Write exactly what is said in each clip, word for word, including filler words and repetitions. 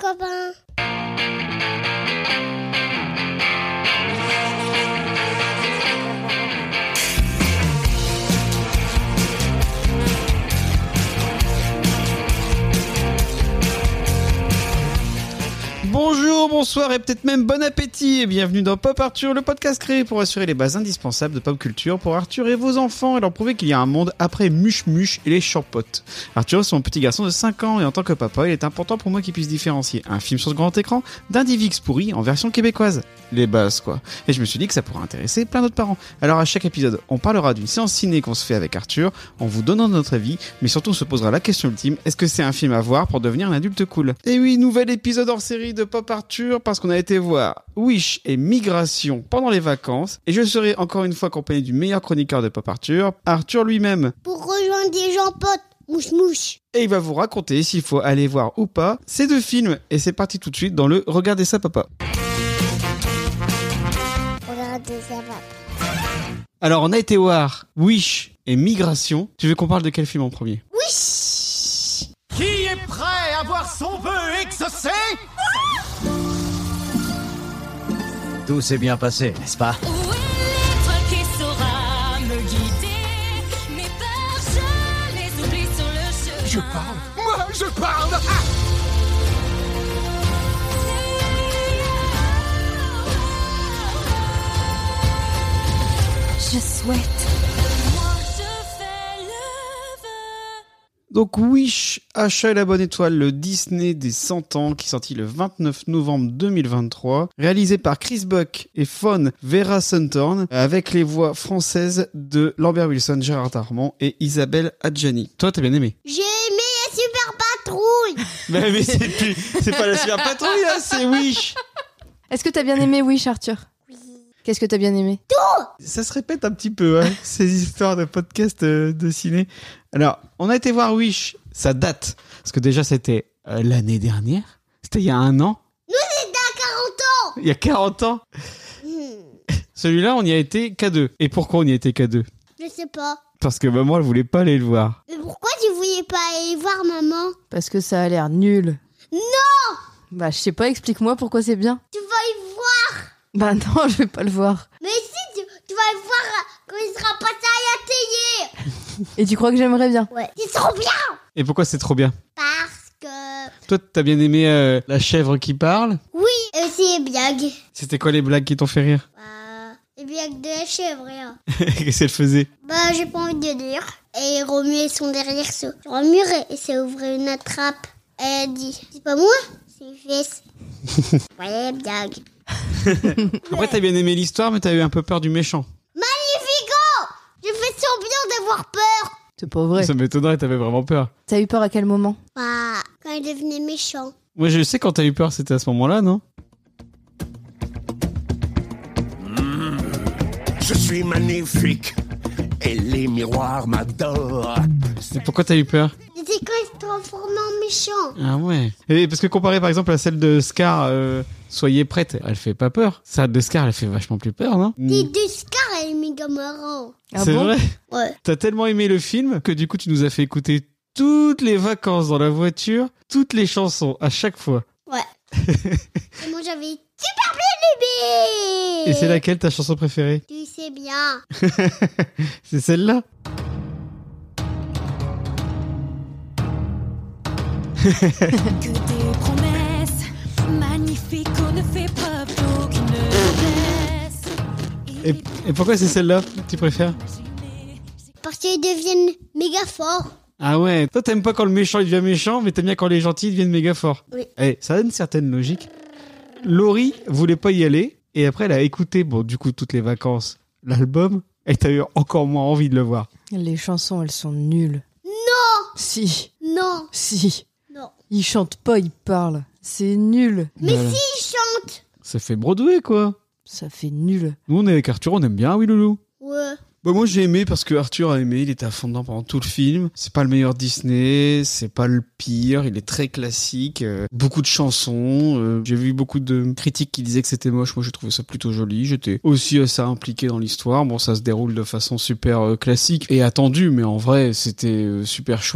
copains. Bonjour, bonsoir et peut-être même bon appétit et bienvenue dans Pop Arthur, le podcast créé pour assurer les bases indispensables de pop culture pour Arthur et vos enfants et leur prouver qu'il y a un monde après Muche Muche et les champottes. Arthur, c'est mon petit garçon de cinq ans et en tant que papa, il est important pour moi qu'il puisse différencier un film sur ce grand écran d'un D V X pourri en version québécoise. Les bases quoi. Et je me suis dit que ça pourrait intéresser plein d'autres parents. Alors à chaque épisode, on parlera d'une séance ciné qu'on se fait avec Arthur en vous donnant notre avis, mais surtout on se posera la question ultime, est-ce que c'est un film à voir pour devenir un adulte cool ? Et oui, nouvel épisode hors série de Pop Arthur parce qu'on a été voir Wish et Migration pendant les vacances et je serai encore une fois accompagné du meilleur chroniqueur de Pop Arthur, Arthur lui-même. Pour rejoindre des gens potes, mouche mouche. Et il va vous raconter s'il faut aller voir ou pas ces deux films et c'est parti tout de suite dans le Regardez ça papa. Regardez ça papa. Alors on a été voir Wish et Migration. Tu veux qu'on parle de quel film en premier ? Oui. Qui est prêt à voir son vœu exaucé ? Tout s'est bien passé, n'est-ce pas ? Où est l'être qui saura me guider ? Mes peurs, je les oublie sur le chemin. Je parle. Moi, je parle. Ah ! Je souhaite. Moi, je fais le vœu. Donc Wish, Achat et la bonne étoile, le Disney des cent ans qui est sorti le vingt-neuf novembre deux mille vingt-trois, réalisé par Chris Buck et Fawn Vera Suntorn, avec les voix françaises de Lambert Wilson, Gérard Darmon et Isabelle Adjani. Toi, t'as bien aimé ? J'ai aimé la super patrouille. Mais, mais c'est, plus, c'est pas la super patrouille là, c'est Wish. Est-ce que t'as bien aimé Wish, Arthur ? Oui. Qu'est-ce que t'as bien aimé ? Ça se répète un petit peu, hein, ces histoires de podcast euh, de ciné. Alors, on a été voir Wish, ça date, parce que déjà c'était euh, l'année dernière, c'était il y a un an. Nous, c'était à quarante ans. Il y a quarante ans. Hmm. Celui-là, on y a été qu'à deux. Et pourquoi on y a été qu'à deux ? Je sais pas. Parce que maman, elle voulait pas aller le voir. Mais pourquoi tu voulais pas aller voir maman ? Parce que ça a l'air nul. Non. Bah, je sais pas, explique-moi pourquoi c'est bien. Tu vas y voir. Bah non, je vais pas le voir. Mais si, tu, tu vas le voir quand il sera passé à la télé. Et tu crois que j'aimerais bien ? Ouais. C'est trop bien. Et pourquoi c'est trop bien ? Parce que... Toi, t'as bien aimé euh, la chèvre qui parle ? Oui, et aussi les blagues. C'était quoi les blagues qui t'ont fait rire ? Bah, les blagues de la chèvre, hein. Qu'est-ce qu'elle faisait ? Bah, j'ai pas envie de dire. Et remuer son derrière sur le mur et s'est ouvert une trappe. Elle a dit, c'est pas moi, c'est les fesses. Ouais, blague. Après, t'as bien aimé l'histoire, mais t'as eu un peu peur du méchant. Magnifico. J'ai fait semblant d'avoir peur. C'est pas vrai. Ça m'étonnerait, t'avais vraiment peur. T'as eu peur à quel moment ? Bah, quand il devenait méchant. Moi, je sais quand t'as eu peur, c'était à ce moment-là, non ? Je suis magnifique et les miroirs m'adorent. Et pourquoi t'as eu peur ? C'était quand il se transformait en méchant. Ah ouais. Et parce que comparé par exemple à celle de Scar, euh, Soyez prête, elle fait pas peur. Celle de Scar, elle fait vachement plus peur, non ? T'es de Scar, elle est méga marrant. Ah C'est bon ? vrai ? Ouais. T'as tellement aimé le film que du coup tu nous as fait écouter toutes les vacances dans la voiture, toutes les chansons à chaque fois. Ouais. Et moi j'avais super bien aimé. Et c'est laquelle ta chanson préférée ? Tu sais bien. C'est celle-là ? Que des promesses magnifiques, on ne fait preuve d'aucune noblesse. Et, et pourquoi c'est celle-là que tu préfères ? Parce qu'ils deviennent méga forts. Ah ouais, toi t'aimes pas quand le méchant il devient méchant, mais t'aimes bien quand les gentils deviennent méga forts. Oui. Eh, ça a une certaine logique. Laurie voulait pas y aller, et après elle a écouté, bon du coup toutes les vacances, l'album, et t'as eu encore moins envie de le voir. Les chansons, elles sont nulles. Non. Si, Non. si. Non. Ils chantent pas, ils parlent. C'est nul. Mais Voilà. si, ils chantent. Ça fait Broadway quoi. Ça fait nul. Nous on est avec Arthur, on aime bien, oui loulou. Ouais. Bah moi j'ai aimé parce que Arthur a aimé, il était à fond dedans pendant tout le film. C'est pas le meilleur Disney, c'est pas le pire, il est très classique, euh, beaucoup de chansons. Euh, j'ai vu beaucoup de critiques qui disaient que c'était moche, moi j'ai trouvé ça plutôt joli. J'étais aussi assez impliqué dans l'histoire. Bon ça se déroule de façon super euh, classique et attendue, mais en vrai c'était euh, super chouette.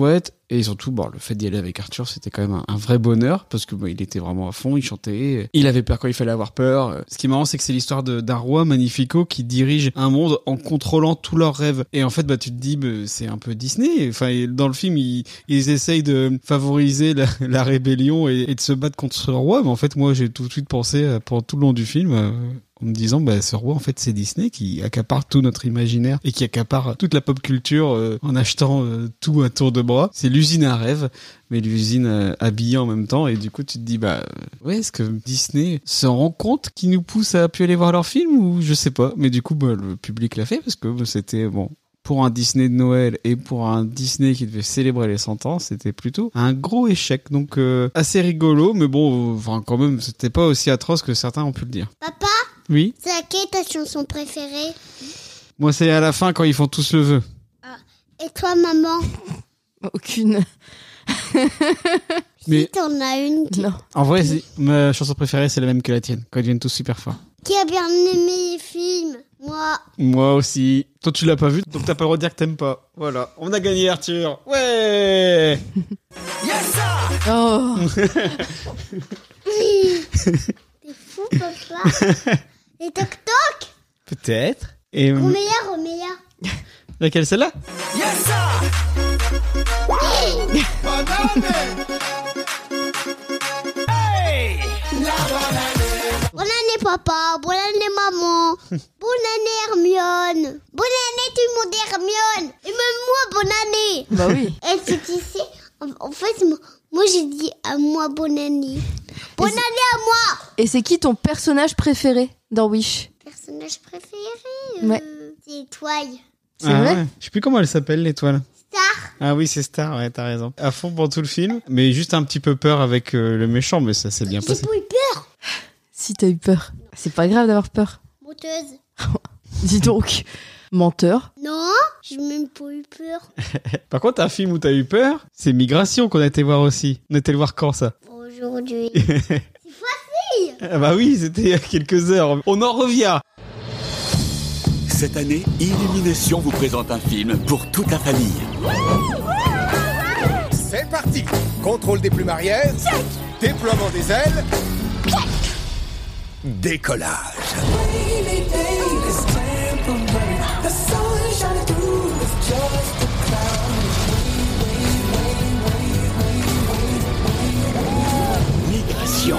Et surtout, bon, le fait d'y aller avec Arthur, c'était quand même un, un vrai bonheur parce que bon, il était vraiment à fond, il chantait, il avait peur quand il fallait avoir peur. Ce qui est marrant, c'est que c'est l'histoire de, d'un roi magnifico qui dirige un monde en contrôlant tous leurs rêves. Et en fait, bah, tu te dis, bah, c'est un peu Disney. Enfin, dans le film, ils, ils essayent de favoriser la, la rébellion et, et de se battre contre ce roi. Mais en fait, moi, j'ai tout de suite pensé, euh, pendant tout le long du film, euh, en me disant, bah, ce roi, en fait, c'est Disney qui accapare tout notre imaginaire et qui accapare toute la pop culture euh, en achetant euh, tout à tour de bras. C'est l'usine à rêve, mais l'usine euh, habillée en même temps. Et du coup, tu te dis, bah, ouais, est-ce que Disney se rend compte qu'ils nous poussent à plus aller voir leurs films ou je sais pas. Mais du coup, bah, le public l'a fait parce que bah, c'était, bon, pour un Disney de Noël et pour un Disney qui devait célébrer les cent ans, c'était plutôt un gros échec. Donc, euh, assez rigolo, mais bon, enfin, quand même, c'était pas aussi atroce que certains ont pu le dire. Papa, Oui. c'est laquelle ta chanson préférée? Moi, c'est à la fin quand ils font tous le vœu. Et toi, maman? Aucune. Mais- Si t'en as une. qui- Non. En vrai, c'est- ma chanson préférée, c'est la même que la tienne, quand ils deviennent tous super forts. Qui a bien aimé les films? Moi. Moi aussi. Toi, tu l'as pas vu, donc t'as pas le droit de dire que t'aimes pas. Voilà. On a gagné, Arthur. Ouais. Oh. T'es fou, papa. Les toc-toc. Peut-être. Et euh, Roméa, Roméa. laquelle, celle-là? Bonne année, papa. Bonne année, maman. Bonne année, Hermione. Bonne année, tout le monde, Hermione. Et même moi, bonne année. Bah oui. Et c'est tu sais, en, en fait, moi, moi, j'ai dit à moi bonne année. Bonne Et c'est- année à moi. Et c'est qui ton personnage préféré dans Wish? Personnage préféré, euh, Ouais. c'est Étoile. C'est vrai? ouais. Je sais plus comment elle s'appelle, l'étoile. Star. Ah oui, c'est Star, ouais, t'as raison. À fond pour tout le film, mais juste un petit peu peur avec euh, le méchant, mais ça s'est bien J'ai passé. pas eu peur. Si t'as eu peur. C'est pas grave d'avoir peur. Monteuse. Dis donc. Menteur. Non, j'ai même pas eu peur. Par contre, un film où t'as eu peur, c'est Migration qu'on a été voir aussi. On a été le voir quand, ça? Aujourd'hui. Ah bah oui, c'était il y a quelques heures. On en revient. Cette année, Illumination vous présente un film pour toute la famille. C'est parti. Contrôle des plumes arrière. Déploiement des ailes. Décollage. Migration.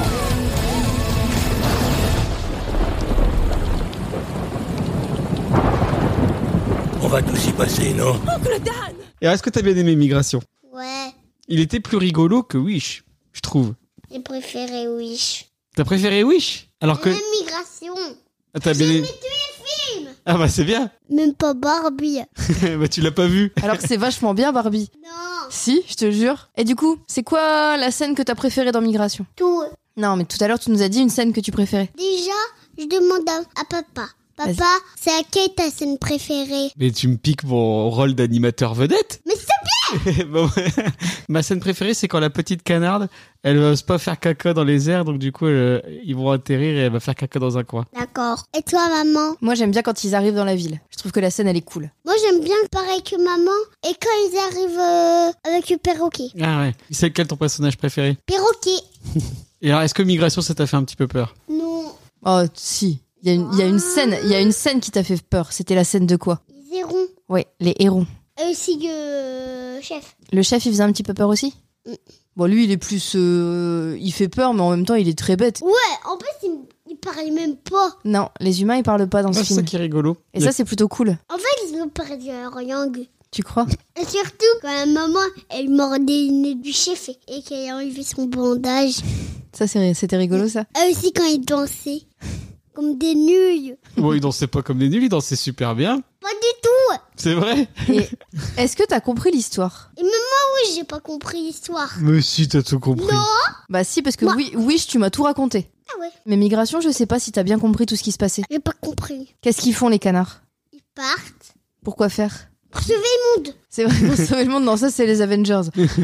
On va tous y passer, non? Et est-ce que t'as bien aimé Migration? Ouais, Il était plus rigolo que Wish, je trouve. j'ai préféré Wish. T'as préféré Wish? Alors que... Même Migration. Ah, t'as bien J'ai aimé... aimé tous les films. Ah bah c'est bien. Même pas Barbie. Bah tu l'as pas vu. Alors que c'est vachement bien, Barbie. Non, Si, je te jure. Et du coup, c'est quoi la scène que t'as préférée dans Migration? tout. Non, mais tout à l'heure, tu nous as dit une scène que tu préférais. Déjà, je demande à, à papa. Papa, c'est laquelle ta scène préférée? Mais tu me piques mon rôle d'animateur vedette. Mais c'est Bon, ma scène préférée, c'est quand la petite canarde, elle n'ose pas faire caca dans les airs, donc du coup, elle- ils vont atterrir et elle va faire caca dans un coin. d'accord. Et toi, maman? Moi, j'aime bien quand ils arrivent dans la ville. Je trouve que la scène, elle est cool. Moi, j'aime bien pareil que maman. Et quand ils arrivent euh, avec le perroquet. Ah ouais. C'est lequel ton personnage préféré? Perroquet. Et alors, est-ce que Migration, ça t'a fait un petit peu peur? Non. Oh, si. Il y a une, il y a une scène, il y a une scène qui t'a fait peur. C'était la scène de quoi? Les hérons. Ouais, les hérons. Et aussi le euh, chef. Le chef, il faisait un petit peu peur aussi? Mm. Bon, lui, il est plus... euh, il fait peur, mais en même temps, il est très bête. Ouais, en plus, il, il parle même pas. Non, les humains, ils parlent pas dans ce Ah, c'est ça film. qui est rigolo. Et ça, c'est plutôt cool. En fait, ils ont perdu leur langue. Tu crois? Et surtout, quand la maman, elle mordait le nez du chef et, et qu'elle a enlevé son bandage. Ça, c'est- c'était rigolo, ça. Et aussi quand ils dansaient. Comme des nuls. Bon, ils dansaient pas comme des nuls, ils dansaient super bien. Pas du tout. C'est vrai? Et est-ce que t'as compris l'histoire? Et même moi, oui, j'ai pas compris l'histoire. Mais si, t'as tout compris. Non. Bah si, parce que Moi- oui, Wish, tu m'as tout raconté. Ah ouais, Mais Migration, je sais pas si t'as bien compris tout ce qui se passait. j'ai pas compris. Qu'est-ce qu'ils font, les canards? Ils partent Pourquoi faire? pour sauver le monde. C'est vrai, pour sauver le monde? Non, ça, c'est les Avengers.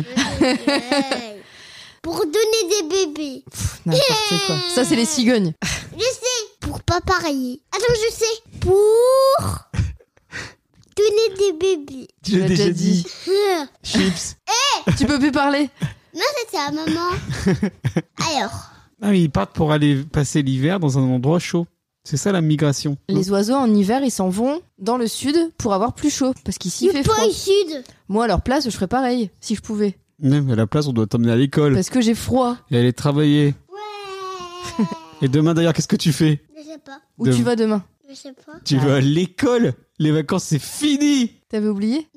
Ouais. Pour donner des bébés. Pff, n'importe quoi. Ça, c'est les cigognes. Je sais. Pour pas parier. Attends, je sais. Pour Tous les des bébés. Tu l'as l'as déjà déjà dit. dit. Chips. Tu peux plus parler. Non, c'était à maman. Alors, Ah oui, ils partent pour aller passer l'hiver dans un endroit chaud. C'est ça la migration. Les oiseaux en hiver, ils s'en vont dans le sud pour avoir plus chaud. Parce qu'ici, il il fait pas froid. au sud. Moi, à leur place, je ferais pareil, si je pouvais. Même à la place, on doit t'emmener à l'école Parce que j'ai froid. et aller travailler. Ouais. Et demain d'ailleurs, qu'est-ce que tu fais? Je sais pas. Où De- tu vas demain? Je sais pas. Tu Ah. vas à l'école. Les vacances, c'est fini. T'avais oublié?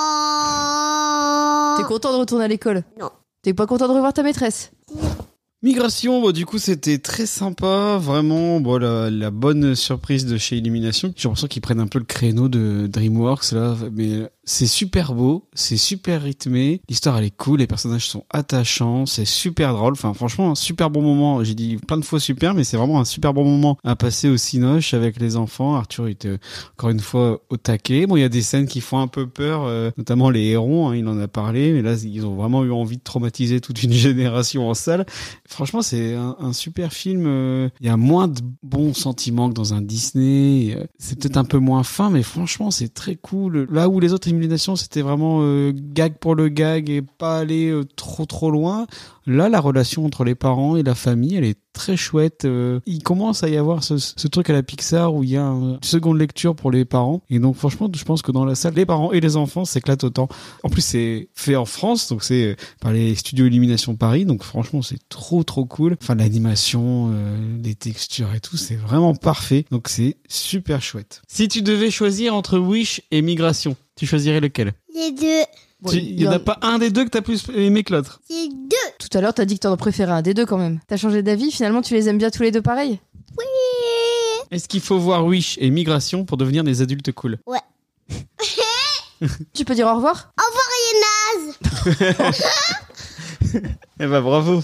Non. T'es content de retourner à l'école? Non. T'es pas content de revoir ta maîtresse? Migration, bon, du coup, c'était très sympa. Vraiment, bon, la, la bonne surprise de chez Illumination. J'ai l'impression qu'ils prennent un peu le créneau de DreamWorks, là. Mais c'est super beau, c'est super rythmé. L'histoire, elle est cool. Les personnages sont attachants. C'est super drôle. Enfin, franchement, un super bon moment. J'ai dit plein de fois super, mais c'est vraiment un super bon moment à passer au Cinoche avec les enfants. Arthur était encore une fois au taquet. Bon, il y a des scènes qui font un peu peur, euh, notamment les hérons, hein, il en a parlé. Mais là, ils ont vraiment eu envie de traumatiser toute une génération en salle. Franchement, c'est un, un super film. euh, Il y a moins de bons sentiments que dans un Disney. euh, C'est peut-être un peu moins fin, mais franchement, c'est très cool. Là où les autres Illuminations, c'était vraiment euh, gag pour le gag et pas aller euh, trop trop loin. Là, la relation entre les parents et la famille, elle est très chouette. Euh, il commence à y avoir ce, ce truc à la Pixar où il y a un- une seconde lecture pour les parents. Et donc, franchement, je pense que dans la salle, les parents et les enfants s'éclatent autant. En plus, c'est fait en France, donc c'est euh, par les studios Illumination Paris. Donc, franchement, c'est trop trop cool. Enfin, l'animation, euh, les textures et tout, c'est vraiment parfait. Donc, c'est super chouette. Si tu devais choisir entre Wish et Migration, tu choisirais lequel? Les deux. Bon, Tu- il Il y en a pas un des deux que t'as plus aimé que l'autre. Les deux. Tout à l'heure, t'as dit que t'en préférais un des deux quand même. T'as changé d'avis, finalement, tu les aimes bien tous les deux pareil? Oui. Est-ce qu'il faut voir Wish et Migration pour devenir des adultes cool? Tu peux dire au revoir? Au revoir, les nazes. Eh ben bravo.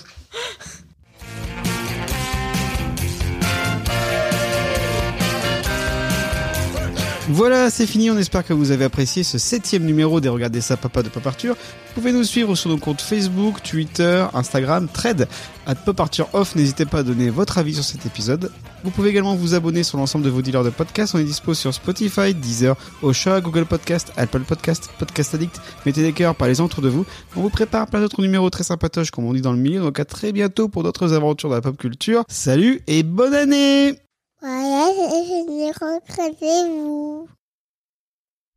Voilà, c'est fini. On espère que vous avez apprécié ce septième numéro des Regardez ça Papa de Pop Arthur. Vous pouvez nous suivre sur nos comptes Facebook, Twitter, Instagram, Thread, at Pop Arthur Off. N'hésitez pas à donner votre avis sur cet épisode. Vous pouvez également vous abonner sur l'ensemble de vos dealers de podcasts. On est dispo sur Spotify, Deezer, Ocha, Google Podcast, Apple Podcast, Podcast Addict. Mettez des cœurs, parlez-en autour de vous. On vous prépare plein d'autres numéros très sympatoches, comme on dit dans le milieu. Donc à très bientôt pour d'autres aventures de la pop culture. Salut et bonne année! Voilà, je l'ai regretté, vous.